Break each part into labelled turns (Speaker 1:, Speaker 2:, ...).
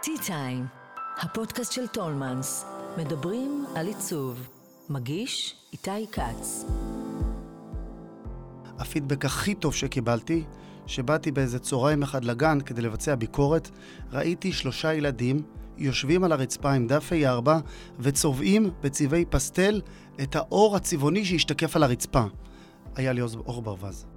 Speaker 1: Tea Time, הפודקאסט של טולמנס. מדברים על עיצוב. מגיש איתי כץ.
Speaker 2: הפידבק הכי טוב שקיבלתי, שבאתי באיזה צהריים אחד לגן כדי לבצע ביקורת, ראיתי 3 ילדים יושבים על הרצפה עם דף A4 וצובעים בצבעי פסטל את האור הצבעוני שהשתקף על הרצפה. היה לי אור ברווז.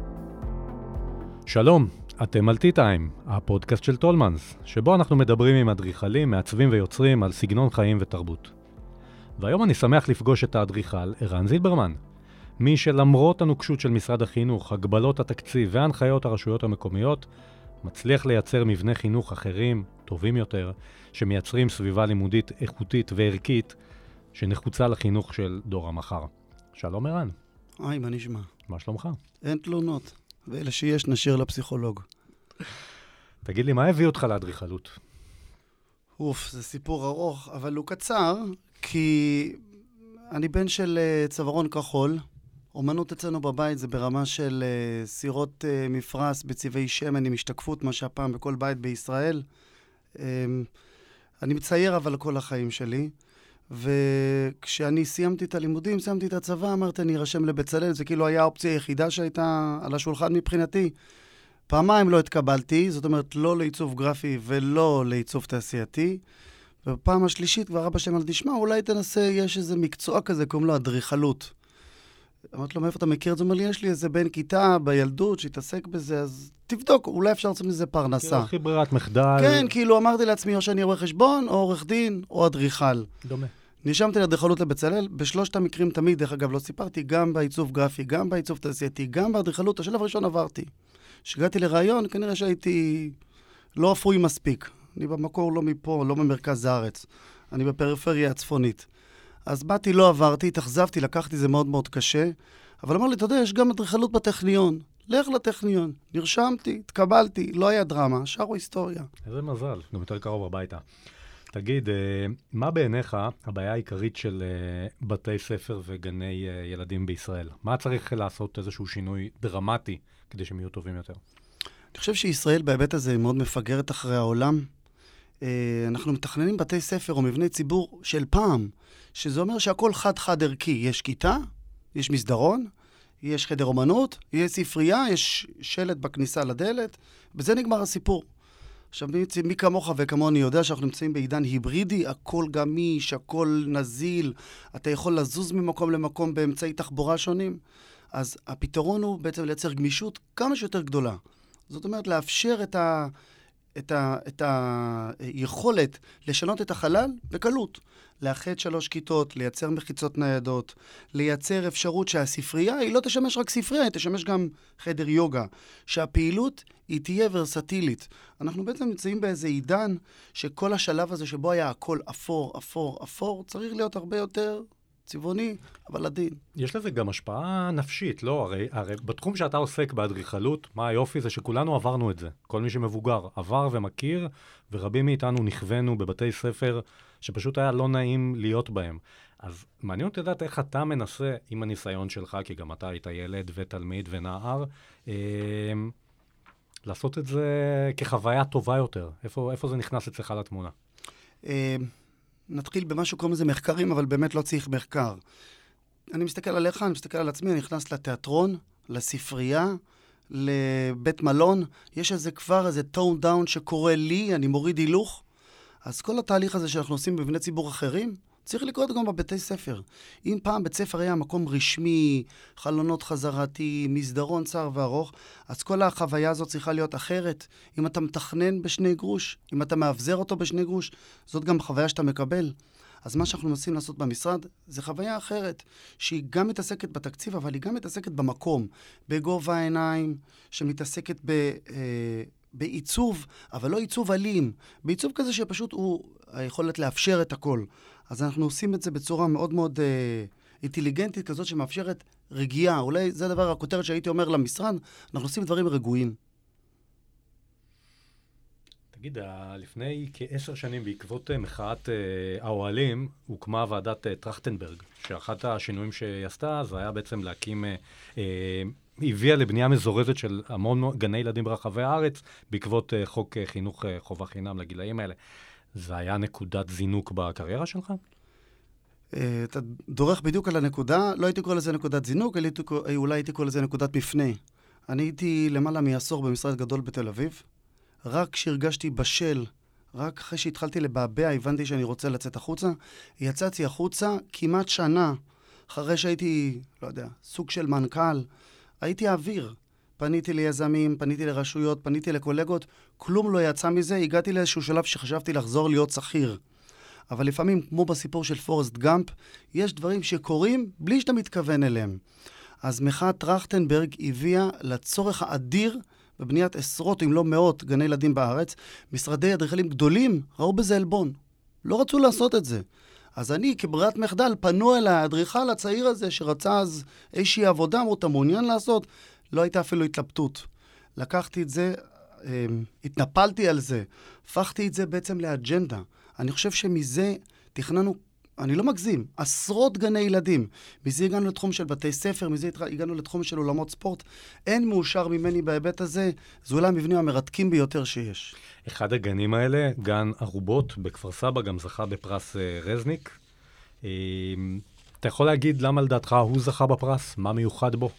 Speaker 3: שלום, אתם על Tea Time, הפודקאסט של טולמנס, שבו אנחנו מדברים עם אדריכלים, מעצבים ויוצרים על סגנון חיים ותרבות. והיום אני שמח לפגוש את האדריכל ערן זילברמן, מי שלמרות הנוקשות של משרד החינוך, הגבלות התקציב והנחיות הרשויות המקומיות, מצליח לייצר מבני חינוך אחרים, טובים יותר, שמייצרים סביבה לימודית איכותית וערכית, שנחוצה לחינוך של דור המחר. שלום ערן.
Speaker 2: היי, מה נשמע?
Speaker 3: מה שלומך?
Speaker 2: אין תלונות, ואלה שיש נשאיר לפסיכולוג.
Speaker 3: תגיד לי, מה הביא אותך לאדריכלות?
Speaker 2: זה סיפור ארוך, אבל הוא קצר, כי אני בן של צווארון כחול. אומנות אצלנו בבית זה ברמה של סירות מפרס בצבעי שמן עם השתקפות, מה שהפעם בכל בית בישראל. אני מצייר אבל כל החיים שלי, וכשאני סיימתי את הלימודים, סיימתי את הצבא, אמרתי אני ארשם לבצלאל, זה כאילו היה האופציה היחידה שהייתה על השולחן מבחינתי. פעמיים לא התקבלתי, זאת אומרת לא לעיצוב גרפי ולא לעיצוב תעשייתי, ובפעם השלישית כבר אבא שם על תשמע, אולי תנסה, יש איזה מקצוע כזה, קוראים לו אדריכלות. אמרתי לו, מאיפה אתה מכיר את זה? אומר לי, יש לי איזה בן כיתה בילדות שהתעסק בזה, אז תבדוק, אולי אפשר לעשות מזה פרנסה.
Speaker 3: כאילו הכי ברירת מחדל.
Speaker 2: כן, כאילו אמרתי לעצמי, או שאני רואה חשבון, או עורך דין, או אדריכל.
Speaker 3: דומה.
Speaker 2: נרשמתי לאדריכלות לבצלאל, בשלושת המקרים תמיד, דרך אגב, לא סיפרתי, גם בעיצוב גרפי, גם בעיצוב תעשייתי, גם באדריכלות, השלב הראשון עברתי. כשהגעתי לרעיון, כנראה שהייתי לא אפוי מספיק. אני במקור לא מפה, לא במרכז הארץ. אני בפריפריה הצפונית. אז באתי, לא עברתי, התאכזבתי, לקחתי זה מאוד מאוד קשה, אבל אמר לי, אתה יודע, יש גם אדריכלות בטכניון. לך לטכניון. נרשמתי, התקבלתי, לא היה דרמה, שרו היסטוריה.
Speaker 3: איזה מזל, גם יותר קרוב הביתה. תגיד, מה בעיניך הבעיה העיקרית של בתי ספר וגני ילדים בישראל? מה צריך לעשות איזשהו שינוי דרמטי כדי שהם יהיו טובים יותר?
Speaker 2: אני חושב שישראל בהיבט הזה מאוד מפגרת אחרי העולם. אנחנו מתכננים בתי ספר או מבני ציבור של פעם, שזה אומר שהכל חד ערכי. יש כיתה, יש מסדרון, יש חדר אומנות, יש ספרייה, יש שלט בכניסה לדלת, בזה נגמר הסיפור. עכשיו, מי כמוך וכמוני יודע שאנחנו נמצאים בעידן היברידי, הכל גמיש, הכל נזיל, אתה יכול לזוז ממקום למקום באמצעי תחבורה שונים. אז הפתרון הוא בעצם לייצר גמישות כמה שיותר גדולה. זאת אומרת, לאפשר את היכולת לשנות את החלל בקלות. לאחד 3 כיתות, לייצר מחיצות ניידות, לייצר אפשרות שהספרייה היא לא תשמש רק ספרייה, היא תשמש גם חדר יוגה. שהפעילות היא תהיה ורסטילית. אנחנו בעצם נמצאים באיזה עידן שכל השלב הזה שבו היה הכל אפור, צריך להיות הרבה יותר צבעוני, אבל עדין.
Speaker 3: יש לזה גם השפעה נפשית, לא? הרי בתחום שאתה עוסק באדריכלות, מה היופי זה שכולנו עברנו את זה. כל מי שמבוגר עבר ומכיר, ורבים מאיתנו נכוונו בבתי ספר שפשוט היה לא נעים להיות בהם. אז מעניין אותי לדעת איך אתה מנסה, עם הניסיון שלך, כי גם אתה היית ילד ותלמיד ונער, לעשות את זה כחוויה טובה יותר. איפה זה נכנס אצלך לתמונה?
Speaker 2: נתחיל במה שקוראים לזה מחקרים, אבל באמת לא צריך מחקר. אני מסתכל עליך, אני מסתכל על עצמי, אני נכנס לתיאטרון, לספרייה, לבית מלון, יש כבר איזה טון דאון שקורה לי, אני מוריד הילוך. אז כל התהליך הזה שאנחנו עושים בבני ציבור אחרים, צריך לקרות גם בבתי ספר. אם פעם בית ספר היה מקום רשמי, חלונות חזרתי, מסדרון צר וארוך, אז כל החוויה הזאת צריכה להיות אחרת. אם אתה מתכנן ב2 גרוש, אם אתה מאבזר אותו ב2 גרוש, זאת גם חוויה שאתה מקבל. אז מה שאנחנו מנסים לעשות במשרד, זה חוויה אחרת, שהיא גם מתעסקת בתקציב, אבל היא גם מתעסקת במקום, בגובה העיניים, שמתעסקת בעיצוב, אבל לא עיצוב אלים, בעיצוב כזה שפשוט הוא היכולת לאפשר את הכל. אז אנחנו עושים את זה בצורה מאוד מאוד אינטליגנטית כזאת שמאפשרת רגיעה. אולי זה הדבר הכותרת שהייתי אומר למשרד, אנחנו עושים דברים רגועים.
Speaker 3: תגיד, לפני כ10 שנים בעקבות מחאת האוהלים, הוקמה ועדת טרכטנברג, שאחת השינויים שהיא עשתה, זה היה בעצם להקים הביאה לבנייה מזורזת של המון גני ילדים ברחבי הארץ, בעקבות חוק חינוך חובה חינם לגילאים האלה. זה היה נקודת זינוק בקריירה שלך?
Speaker 2: אתה דורך בדיוק על הנקודה, לא הייתי קורא לזה נקודת זינוק, אולי הייתי קורא לזה נקודת מפנה. אני הייתי למעלה מעשור במשרד גדול בתל אביב, רק כשהרגשתי בשל, רק אחרי שהתחלתי לבעבע, הבנתי שאני רוצה לצאת החוצה, יצאתי החוצה כמעט שנה, אחרי שהייתי, לא יודע, סוג של מנכ"ל, הייתי אוויר. פניתי ליזמים, פניתי לרשויות, פניתי לקולגות, כלום לא יצא מזה, הגעתי לאיזשהו שלב שחשבתי לחזור להיות שכיר. אבל לפעמים, כמו בסיפור של פורסט גאמפ, יש דברים שקורים בלי שאתה מתכוון אליהם. אז מחאת טרכטנברג הביאה לצורך האדיר בבניית עשרות, אם לא מאות, גני ילדים בארץ. משרדי אדריכלים גדולים ראו בזה אלבון. לא רצו לעשות את זה. אז אני, כברירת מחדל, פנו אל האדריכל הצעיר הזה, שרצה אז איזושהי עבודה, אמרו, אתה מעוניין לעשות? לא הייתה אפילו התלבטות. לקחתי את זה, התנפלתי על זה, הפכתי את זה בעצם לאג'נדה. אני חושב שמזה תכננו, אני לא מגזים, עשרות גני ילדים. מזה הגענו לתחום של בתי ספר, מזה הגענו לתחום של אולמות ספורט. אין מאושר ממני בהיבט הזה, זה אולי המבנים המרתקים ביותר שיש.
Speaker 3: אחד הגנים האלה, גן ארובות בכפר סבא, גם זכה בפרס רזניק. אתה יכול להגיד למה לדעתך הוא זכה בפרס? מה מיוחד בו?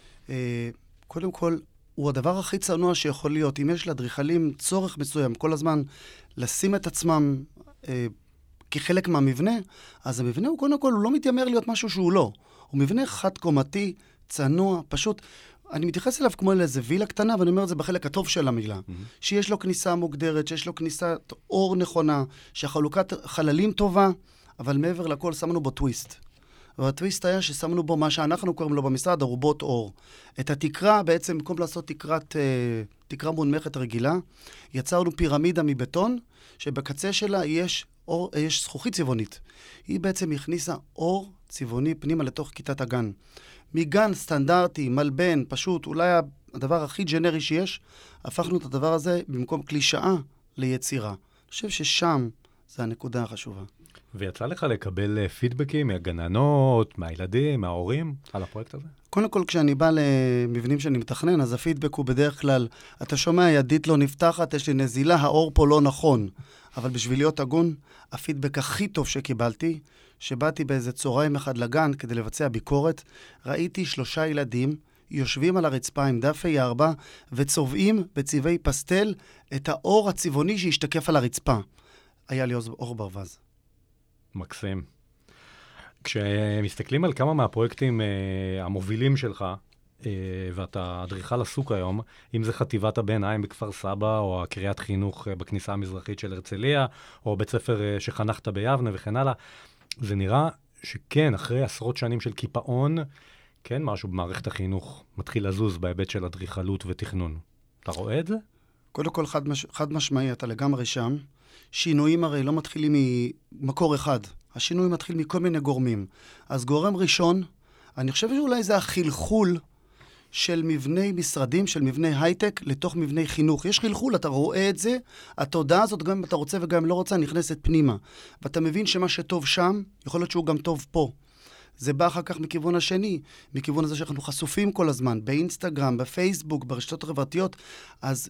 Speaker 2: קודם כל, הוא הדבר הכי צנוע שיכול להיות. אם יש לאדריכלים צורך מסוים, כל הזמן לשים את עצמם כחלק מהמבנה, אז המבנה הוא קודם כל, הוא לא מתיימר להיות משהו שהוא לא. הוא מבנה חד-קומתי, צנוע, פשוט. אני מתייחס אליו כמו לאיזה וילה קטנה, ואני אומר את זה בחלק הטוב של המילה. שיש לו כניסה מוגדרת, שיש לו כניסת אור נכונה, שהחלוקת חללים טובה, אבל מעבר לכל שמנו בו טוויסט. והטוויסט היה ששמנו בו מה שאנחנו קוראים לו במשרד, ארובות אור. את התקרה, בעצם במקום לעשות תקרה מונמכת רגילה, יצרנו פירמידה מבטון, שבקצה שלה יש זכוכית צבעונית. היא בעצם הכניסה אור צבעוני פנימה לתוך כיתת הגן. מגן סטנדרטי, מלבן, פשוט, אולי הדבר הכי ג'נרי שיש, הפכנו את הדבר הזה במקום קלישאה ליצירה. אני חושב ששם זה הנקודה החשובה.
Speaker 3: ויצא לך לקבל פידבקים מהגננות, מהילדים, מההורים על הפרויקט הזה?
Speaker 2: קודם כל, כשאני בא למבנים שאני מתכנן, אז הפידבק הוא בדרך כלל, אתה שומע, ידית לא נפתחת, יש לי נזילה, האור פה לא נכון. אבל בשביל להיות הגון, הפידבק הכי טוב שקיבלתי, שבאתי באיזה צהריים אחד לגן כדי לבצע ביקורת, ראיתי 3 ילדים יושבים על הרצפה עם דף A4 וצובעים בצבעי פסטל את האור הצבעוני שהשתקף על הרצפה. היה לי אור ברווז.
Speaker 3: מקסים. כשמסתכלים על כמה מהפרויקטים המובילים שלך, ואתה אדריכל עסוק היום, אם זה חטיבת הביניים בכפר סבא, או הקריית חינוך בכניסה המזרחית של הרצליה, או בית ספר שחנכת ביבנה וכן הלאה, זה נראה שכן, אחרי עשרות שנים של קיפאון, כן, משהו במערכת החינוך מתחיל לזוז בהיבט של אדריכלות ותכנון. אתה רואה את זה?
Speaker 2: קודם כל, חד משמעי, אתה לגמרי שם. שינויים הרי לא מתחילים ממקור אחד. השינוי מתחיל מכל מיני גורמים. אז גורם ראשון, אני חושב שאולי זה החלחול של מבני משרדים, של מבני הייטק, לתוך מבני חינוך. יש חלחול, אתה רואה את זה, התודעה הזאת, גם אם אתה רוצה וגם אם לא רוצה, נכנסת פנימה. ואתה מבין שמה שטוב שם, יכול להיות שהוא גם טוב פה. זה בא אחר כך מכיוון השני, מכיוון הזה שאנחנו חשופים כל הזמן, באינסטגרם, בפייסבוק, ברשתות החברתיות, אז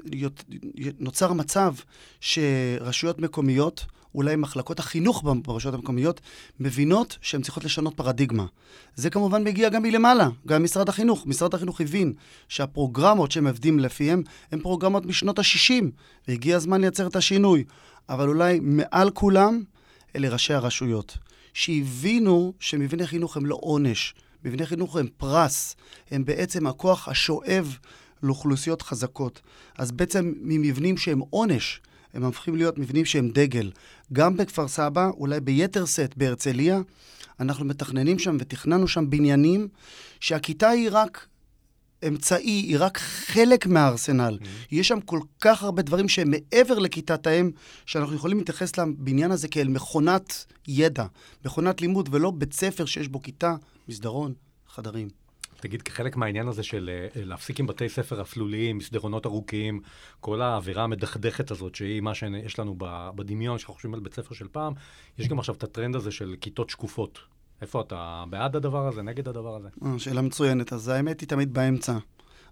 Speaker 2: נוצר מצב שרשויות מקומיות, אולי מחלקות החינוך ברשויות המקומיות, מבינות שהן צריכות לשנות פרדיגמה. זה כמובן מגיע גם מלמעלה, גם משרד החינוך. משרד החינוך הבין שהפרוגרמות שהם עובדים לפיהם, הן פרוגרמות משנות ה-60, והגיע הזמן לייצר את השינוי. אבל אולי מעל כולם, אלה ראשי הרשויות. שהבינו שמבני חינוך הם לא עונש, מבני חינוך הם פרס, הם בעצם הכוח השואב לאוכלוסיות חזקות. אז בעצם ממבנים שהם עונש, הם הופכים להיות מבנים שהם דגל. גם בכפר סבא, אולי ביתר סט בהרצליה, אנחנו מתכננים שם ותכננו שם בניינים, שהכיתה היא רק אמצעי, היא רק חלק מהארסנל. יש שם כל כך הרבה דברים שהם מעבר לכיתת האם, שאנחנו יכולים להתייחס לבניין הזה כאל מכונת ידע, מכונת לימוד, ולא בית ספר שיש בו כיתה, מסדרון, חדרים.
Speaker 3: תגיד, כחלק מהעניין הזה של להפסיק עם בתי ספר אפלוליים, מסדרונות ארוכים, כל האווירה המדכדכת הזאת, שהיא מה שיש לנו בדמיון, שאנחנו חושבים על בית ספר של פעם, יש גם עכשיו את הטרנד הזה של כיתות שקופות. איפה אתה? בעד הדבר הזה? נגד הדבר הזה?
Speaker 2: שאלה מצוינת. אז האמת היא תמיד באמצע.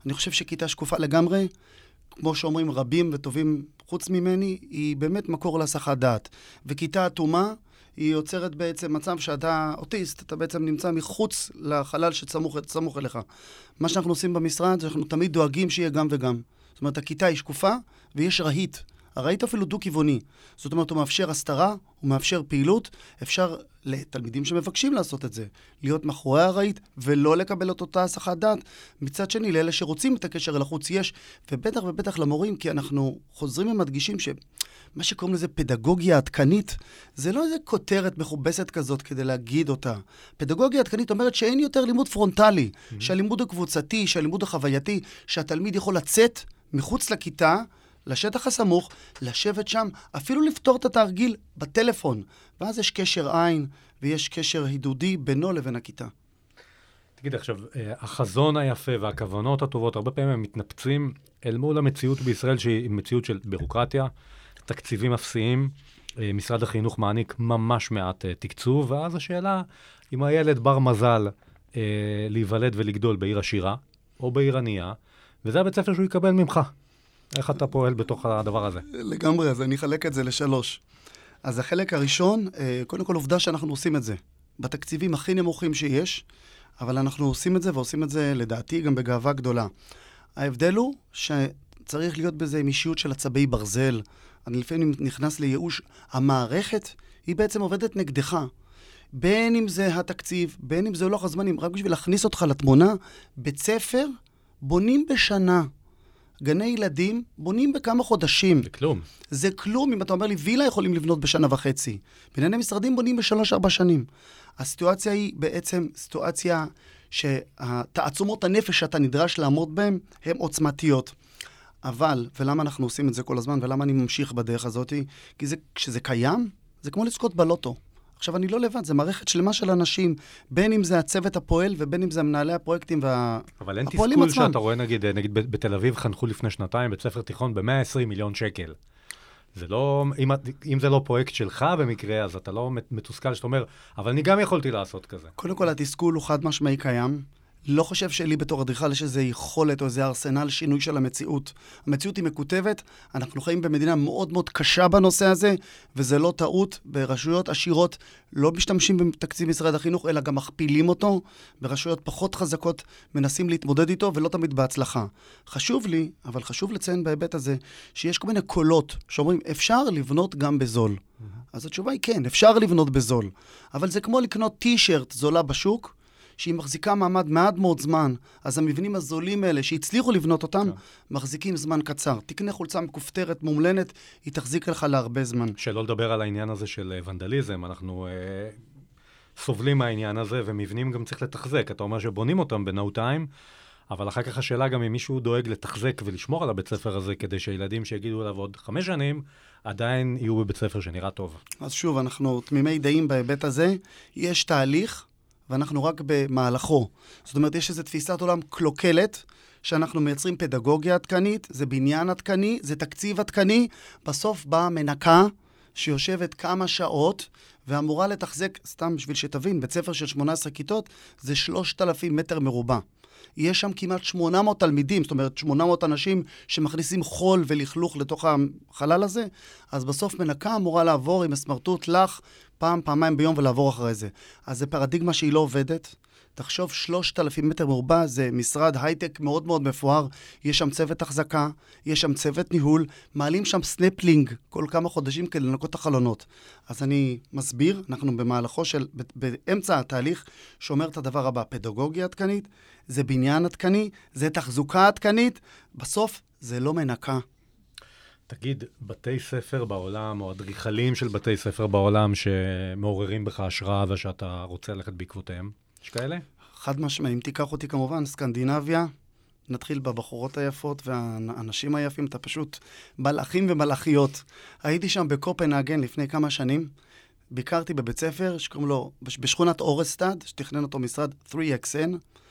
Speaker 2: אני חושב שכיתה שקופה לגמרי, כמו שאומרים רבים וטובים חוץ ממני, היא באמת מקור להסחת דעת. וכיתה אטומה, היא יוצרת בעצם מצב שאתה אוטיסט, אתה בעצם נמצא מחוץ לחלל שצמוך אליך. מה שאנחנו עושים במשרד, זה אנחנו תמיד דואגים שיהיה גם וגם. זאת אומרת, הכיתה היא שקופה ויש רהיט. הרהיט אפילו דו-כיווני. זאת אומרת, הוא מאפשר הסתרה, הוא מאפשר פעילות. אפשר לתלמידים שמבקשים לעשות את זה, להיות מאחורי הרהיט ולא לקבל את אותה הסחת דעת. מצד שני, לאלה שרוצים את הקשר אל החוץ יש, ובטח ובטח למורים, כי אנחנו חוזרים ומדגישים שמה שקוראים לזה פדגוגיה עדכנית, זה לא איזה כותרת מכובסת כזאת כדי להגיד אותה. פדגוגיה עדכנית אומרת שאין יותר לימוד פרונטלי, שהלימוד הקבוצתי, שהלימוד החווייתי, שהתלמיד יכול לצאת מחוץ לכיתה, לשטח הסמוך, לשבת שם, אפילו לפתור את התרגיל בטלפון. ואז יש קשר עין ויש קשר הידודי בינו לבין הכיתה.
Speaker 3: תגיד עכשיו, החזון היפה והכוונות הטובות, הרבה פעמים הם מתנפצים אל מול המציאות בישראל שהיא מציאות של בירוקרטיה, תקציבים אפסיים, משרד החינוך מעניק ממש מעט תקצוב, ואז השאלה אם הילד בר מזל להיוולד ולגדול בעיר עשירה או בעיר ענייה, וזה הבית ספר שהוא יקבל ממך. איך אתה פועל בתוך הדבר הזה?
Speaker 2: לגמרי, אז אני אחלק את זה לשלוש. אז החלק הראשון, קודם כל עובדה שאנחנו עושים את זה. בתקציבים הכי נמוכים שיש, אבל אנחנו עושים את זה, ועושים את זה לדעתי גם בגאווה גדולה. ההבדל הוא שצריך להיות בזה עם אישיות של עצבי ברזל. אני לפעמים נכנס לייאוש. המערכת היא בעצם עובדת נגדך. בין אם זה התקציב, בין אם זה לוח הזמנים, רק בשביל להכניס אותך לתמונה, בית ספר בונים בשנה. גני ילדים בונים בכמה חודשים.
Speaker 3: זה כלום.
Speaker 2: זה כלום. אם אתה אומר לי, וילה יכולים לבנות בשנה וחצי. בנייני משרדים בונים ב3-4 שנים. הסיטואציה היא בעצם סיטואציה שהתעצומות הנפש שאתה נדרש לעמוד בהן, הן עוצמתיות. אבל, ולמה אנחנו עושים את זה כל הזמן, ולמה אני ממשיך בדרך הזאת? כי כשזה קיים, זה כמו לזכות בלוטו. עכשיו, אני לא לבד, זה מערכת שלמה של אנשים, בין אם זה הצוות הפועל, ובין אם זה מנהלי הפרויקטים והפועלים עצמם.
Speaker 3: אבל אין תסכול שאתה רואה, נגיד בתל אביב חנכו לפני שנתיים, בית ספר תיכון ב-120 מיליון שקל. זה לא, אם זה לא פרויקט שלך במקרה, אז אתה לא מתוסכל שאתה אומר, אבל אני גם יכולתי לעשות כזה.
Speaker 2: קודם כל, התסכול הוא חד משמעי קיים. לא חושב שלי בתור אדריכל יש איזה יכולת או איזה ארסנל שינוי של המציאות. המציאות היא מקוטבת, אנחנו חיים במדינה מאוד מאוד קשה בנושא הזה, וזה לא טעות. ברשויות עשירות לא משתמשים בתקציב משרד החינוך, אלא גם מכפילים אותו. ברשויות פחות חזקות מנסים להתמודד איתו, ולא תמיד בהצלחה. חשוב לי, אבל חשוב לציין בהיבט הזה, שיש כל מיני קולות שאומרים, אפשר לבנות גם בזול. אז התשובה היא כן, אפשר לבנות בזול. אבל זה כמו לקנות טי-שירט זולה בשוק, שהיא מחזיקה מעמד מעט מאוד זמן, אז המבנים הזולים האלה שהצליחו לבנות אותם, מחזיקים זמן קצר. תקנה חולצה מכופתרת, מומלנת, היא תחזיק לך להרבה זמן.
Speaker 3: שלא לדבר על העניין הזה של ונדליזם, אנחנו סובלים מהעניין הזה, ומבנים גם צריך לתחזק. אתה אומר שבונים אותם ב-no time, אבל אחר כך השאלה גם אם מישהו דואג לתחזק ולשמור על הבית ספר הזה, כדי שהילדים שיגידו אליו עוד 5 שנים, עדיין יהיו בבית ספר שנראה טוב.
Speaker 2: אז שוב, אנחנו תמימי דעים בהיבט הזה. יש תהליך, ואנחנו רק במהלכו. זאת אומרת, יש איזו תפיסת עולם קלוקלת, שאנחנו מייצרים פדגוגיה עדכנית, זה בניין עדכני, זה תקציב עדכני, בסוף באה מנקה שיושבת כמה שעות, ואמורה לתחזק, סתם בשביל שתבין, בית ספר של 18 כיתות, זה 3,000 מטר מרובע. יש שם כמעט 800 תלמידים, זאת אומרת 800 אנשים שמכניסים חול ולכלוך לתוך החלל הזה, אז בסוף מנקה אמורה לעבור עם הסמרטוט לך פעמיים ביום ולעבור אחרי זה. אז זה פרדיגמה שהיא לא עובדת. תחשוב 3,000 מטר מרובע, זה משרד הייטק מאוד מאוד מפואר, יש שם צוות החזקה, יש שם צוות ניהול, מעלים שם סנפלינג כל כמה חודשים כדי לנקות את החלונות. אז אני מסביר, אנחנו במהלכו של, באמצע התהליך, שאומר את הדבר הבא, פדגוגיה עדכנית, זה בניין עדכני, זה תחזוקה עדכנית, בסוף זה לא מנקה.
Speaker 3: תגיד, בתי ספר בעולם, או אדריכלים של בתי ספר בעולם, שמעוררים בך השראה ושאתה רוצה ללכת בעקבותיהם, יש כאלה?
Speaker 2: חד משמעי, אם תיקח אותי כמובן, סקנדינביה, נתחיל בבחורות היפות והאנשים היפים, אתה פשוט מלאכים ומלאכיות. הייתי שם בקופנהגן לפני כמה שנים, ביקרתי בבית ספר שקוראים לו, בשכונת אורסטד, שתכנן אותו משרד 3XN,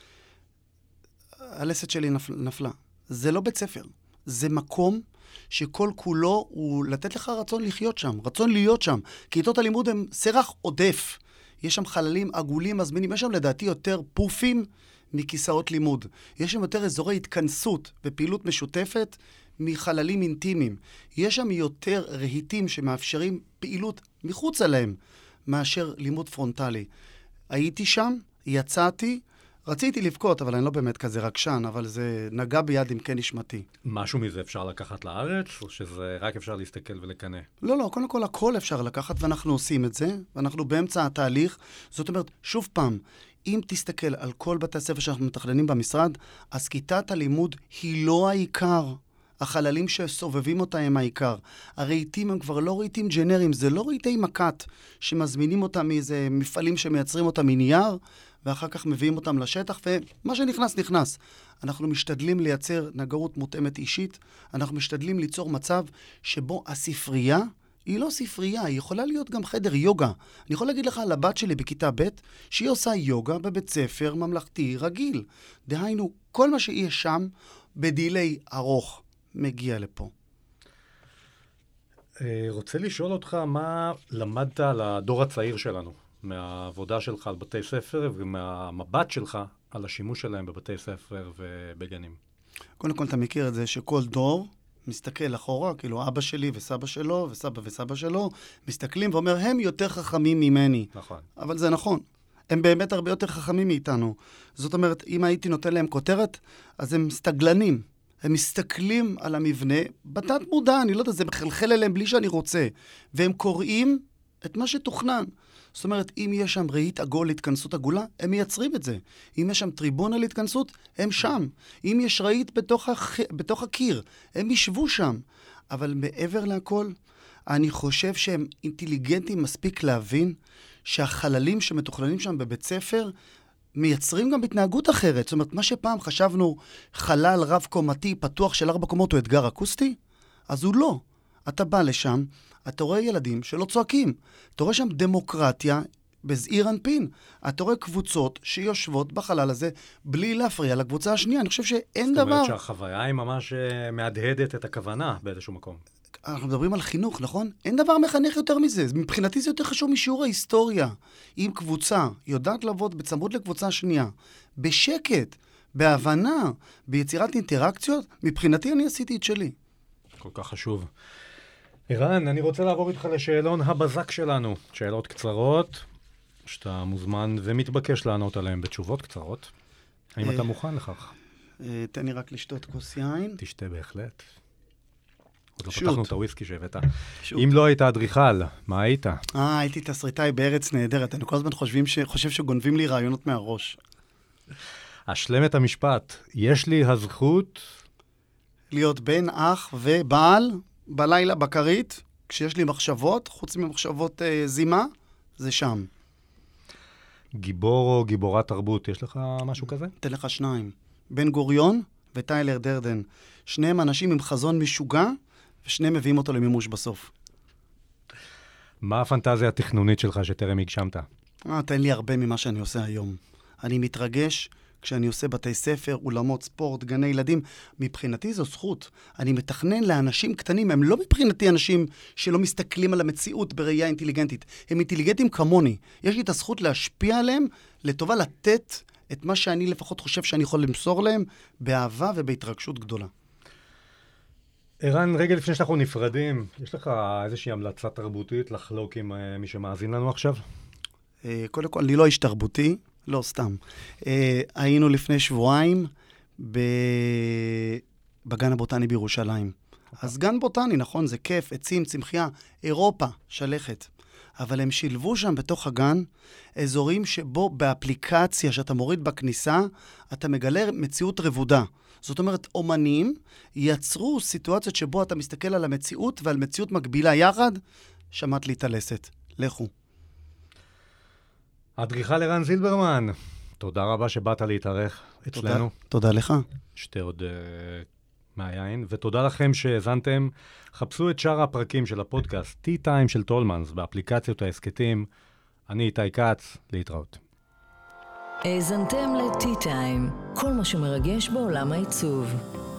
Speaker 2: הלסת שלי נפלה. זה לא בית ספר, זה מקום שכל כולו הוא לתת לך רצון לחיות שם, רצון להיות שם. כיתות הלימוד הם סרח עודף. יש שם חללים עגולים, מזמינים, יש שם לדעתי יותר פופים מכיסאות לימוד. יש שם יותר אזורי התכנסות ופעילות משותפת מחללים אינטימיים. יש שם יותר רהיטים שמאפשרים פעילות מחוץ עליהם מאשר לימוד פרונטלי. הייתי שם, יצאתי, רציתי לבכות, אבל אני לא באמת כזה רגשן, אבל זה נגע ביד עם כן נשמתי.
Speaker 3: משהו מזה אפשר לקחת לארץ, או שזה רק אפשר להסתכל ולקנא?
Speaker 2: לא, קודם כל הכל אפשר לקחת, ואנחנו עושים את זה, ואנחנו באמצע התהליך. זאת אומרת, שוב פעם, אם תסתכל על כל בתי הספר שאנחנו מתכננים במשרד, אז כיתת הלימוד היא לא העיקר. החללים שסובבים אותה הם העיקר. הרהיטים הם כבר לא רהיטים ג'נריים, זה לא רהיטי מקת שמזמינים אותם מאיזה מפעלים שמייצרים אותם מנייר, ואחר כך מביאים אותם לשטח, ומה שנכנס, נכנס. אנחנו משתדלים לייצר נגרות מותאמת אישית, אנחנו משתדלים ליצור מצב שבו הספרייה היא לא ספרייה, היא יכולה להיות גם חדר יוגה. אני יכול להגיד לך על הבת שלי בכיתה ב' שהיא עושה יוגה בבית ספר ממלכתי רגיל. דהיינו, כל מה שיהיה שם בדילי ארוך מגיע לפה.
Speaker 3: רוצה לשאול אותך מה למדת על הדור הצעיר שלנו, מהעבודה שלך על בתי ספר ומהמבט שלך על השימוש שלהם בבתי ספר ובגנים.
Speaker 2: קודם כל אתה מכיר את זה שכל דור מסתכל אחורה, כאילו אבא שלי וסבא שלו וסבא וסבא שלו, מסתכלים ואומר, הם יותר חכמים ממני.
Speaker 3: נכון.
Speaker 2: אבל זה נכון. הם באמת הרבה יותר חכמים מאיתנו. זאת אומרת, אם הייתי נותן להם כותרת, אז הם סתגלנים. הם מסתכלים על המבנה, בתת מודע, אני לא יודע, זה מחלחל אליהם בלי שאני רוצה. והם קוראים את מה שתוכנן. זאת אומרת, אם יש שם רהיט עגול להתכנסות עגולה, הם מייצרים את זה. אם יש שם טריבונה להתכנסות, הם שם. אם יש רהיט בתוך הקיר, הם ישבו שם. אבל מעבר להכל, אני חושב שהם אינטליגנטים מספיק להבין שהחללים שמתוכננים שם בבית ספר מייצרים גם התנהגות אחרת. זאת אומרת, מה שפעם חשבנו חלל רב-קומתי פתוח של 4 קומות הוא אתגר אקוסטי, אז הוא לא. אתה בא לשם, אתה רואה ילדים שלא צועקים. אתה רואה שם דמוקרטיה בזעיר אנפין. אתה רואה קבוצות שיושבות בחלל הזה בלי להפריע לקבוצה השנייה. אני חושב שאין דבר...
Speaker 3: זאת אומרת שהחוויה היא ממש מהדהדת את הכוונה באיזשהו מקום.
Speaker 2: אנחנו מדברים על חינוך, נכון? אין דבר מחנך יותר מזה. מבחינתי זה יותר חשוב משיעור ההיסטוריה. אם קבוצה יודעת לעבוד בצמוד לקבוצה השנייה, בשקט, בהבנה, ביצירת אינטראקציות, מבחינתי אני עשיתי את שלי.
Speaker 3: כל כך חשוב. ערן, אני רוצה לעבור איתך לשאלון הבזק שלנו. שאלות קצרות, שאתה מוזמן ומתבקש לענות עליהן בתשובות קצרות. האם אתה מוכן לכך?
Speaker 2: תן לי רק לשתות כוס יין.
Speaker 3: תשתה בהחלט. עוד לא פתחנו את הוויסקי שהבאת. אם לא היית אדריכל, מה היית?
Speaker 2: הייתי תסריטאי בארץ נהדרת. אני כל הזמן חושב שגונבים לי רעיונות מהראש.
Speaker 3: אשלם את המשפט. יש לי הזכות...
Speaker 2: להיות בן, אח ובעל בלילה בקרית, כשיש לי מחשבות, חוץ ממחשבות זימה, זה שם.
Speaker 3: גיבור או גיבורת תרבות, יש לך משהו כזה?
Speaker 2: אתן לך 2. בן גוריון וטיילר דרדן. שניהם אנשים עם חזון משוגע, ושניהם מביאים אותו למימוש בסוף.
Speaker 3: מה הפנטזיה התכנונית שלך שטרם הגשמת?
Speaker 2: תן לי הרבה ממה שאני עושה היום. אני מתרגש כשאני עושה בתי ספר, אולמות ספורט, גני ילדים. מבחינתי זו זכות. אני מתכנן לאנשים קטנים. הם לא מבחינתי אנשים שלא מסתכלים על המציאות בראייה אינטליגנטית. הם אינטליגנטים כמוני. יש לי את הזכות להשפיע עליהם, לטובה לתת את מה שאני לפחות חושב שאני יכול למסור להם, באהבה ובהתרגשות גדולה.
Speaker 3: ערן, רגע לפני שאנחנו נפרדים, יש לך איזושהי המלצה תרבותית לחלוק עם מי שמאזין לנו עכשיו?
Speaker 2: קודם כל, אני לא איש תרבותי, לא סתם. היינו לפני שבועיים בגן הבוטני בירושלים. אז גן בוטני, נכון, זה כיף, עצים, צמחייה, אירופה, שלכת. אבל הם שילבו שם בתוך הגן אזורים שבו באפליקציה שאתה מוריד בכניסה, אתה מגלה מציאות רבודה. זאת אומרת, אומנים יצרו סיטואציות שבו אתה מסתכל על המציאות ועל מציאות מקבילה יחד, שמעת לי את הלסת. לכו.
Speaker 3: אדריכל ערן זילברמן, תודה רבה שבאת להתארח אצלנו.
Speaker 2: תודה לך.
Speaker 3: שתי עוד מהיין, ותודה לכם שהזנתם. חפשו את שאר הפרקים של הפודקאסט, Tea Time של טולמנס, באפליקציות העסקתים. אני איתי כץ, להתראות.
Speaker 1: האזנתם ל-Tea Time, כל מה שמרגש בעולם העיצוב.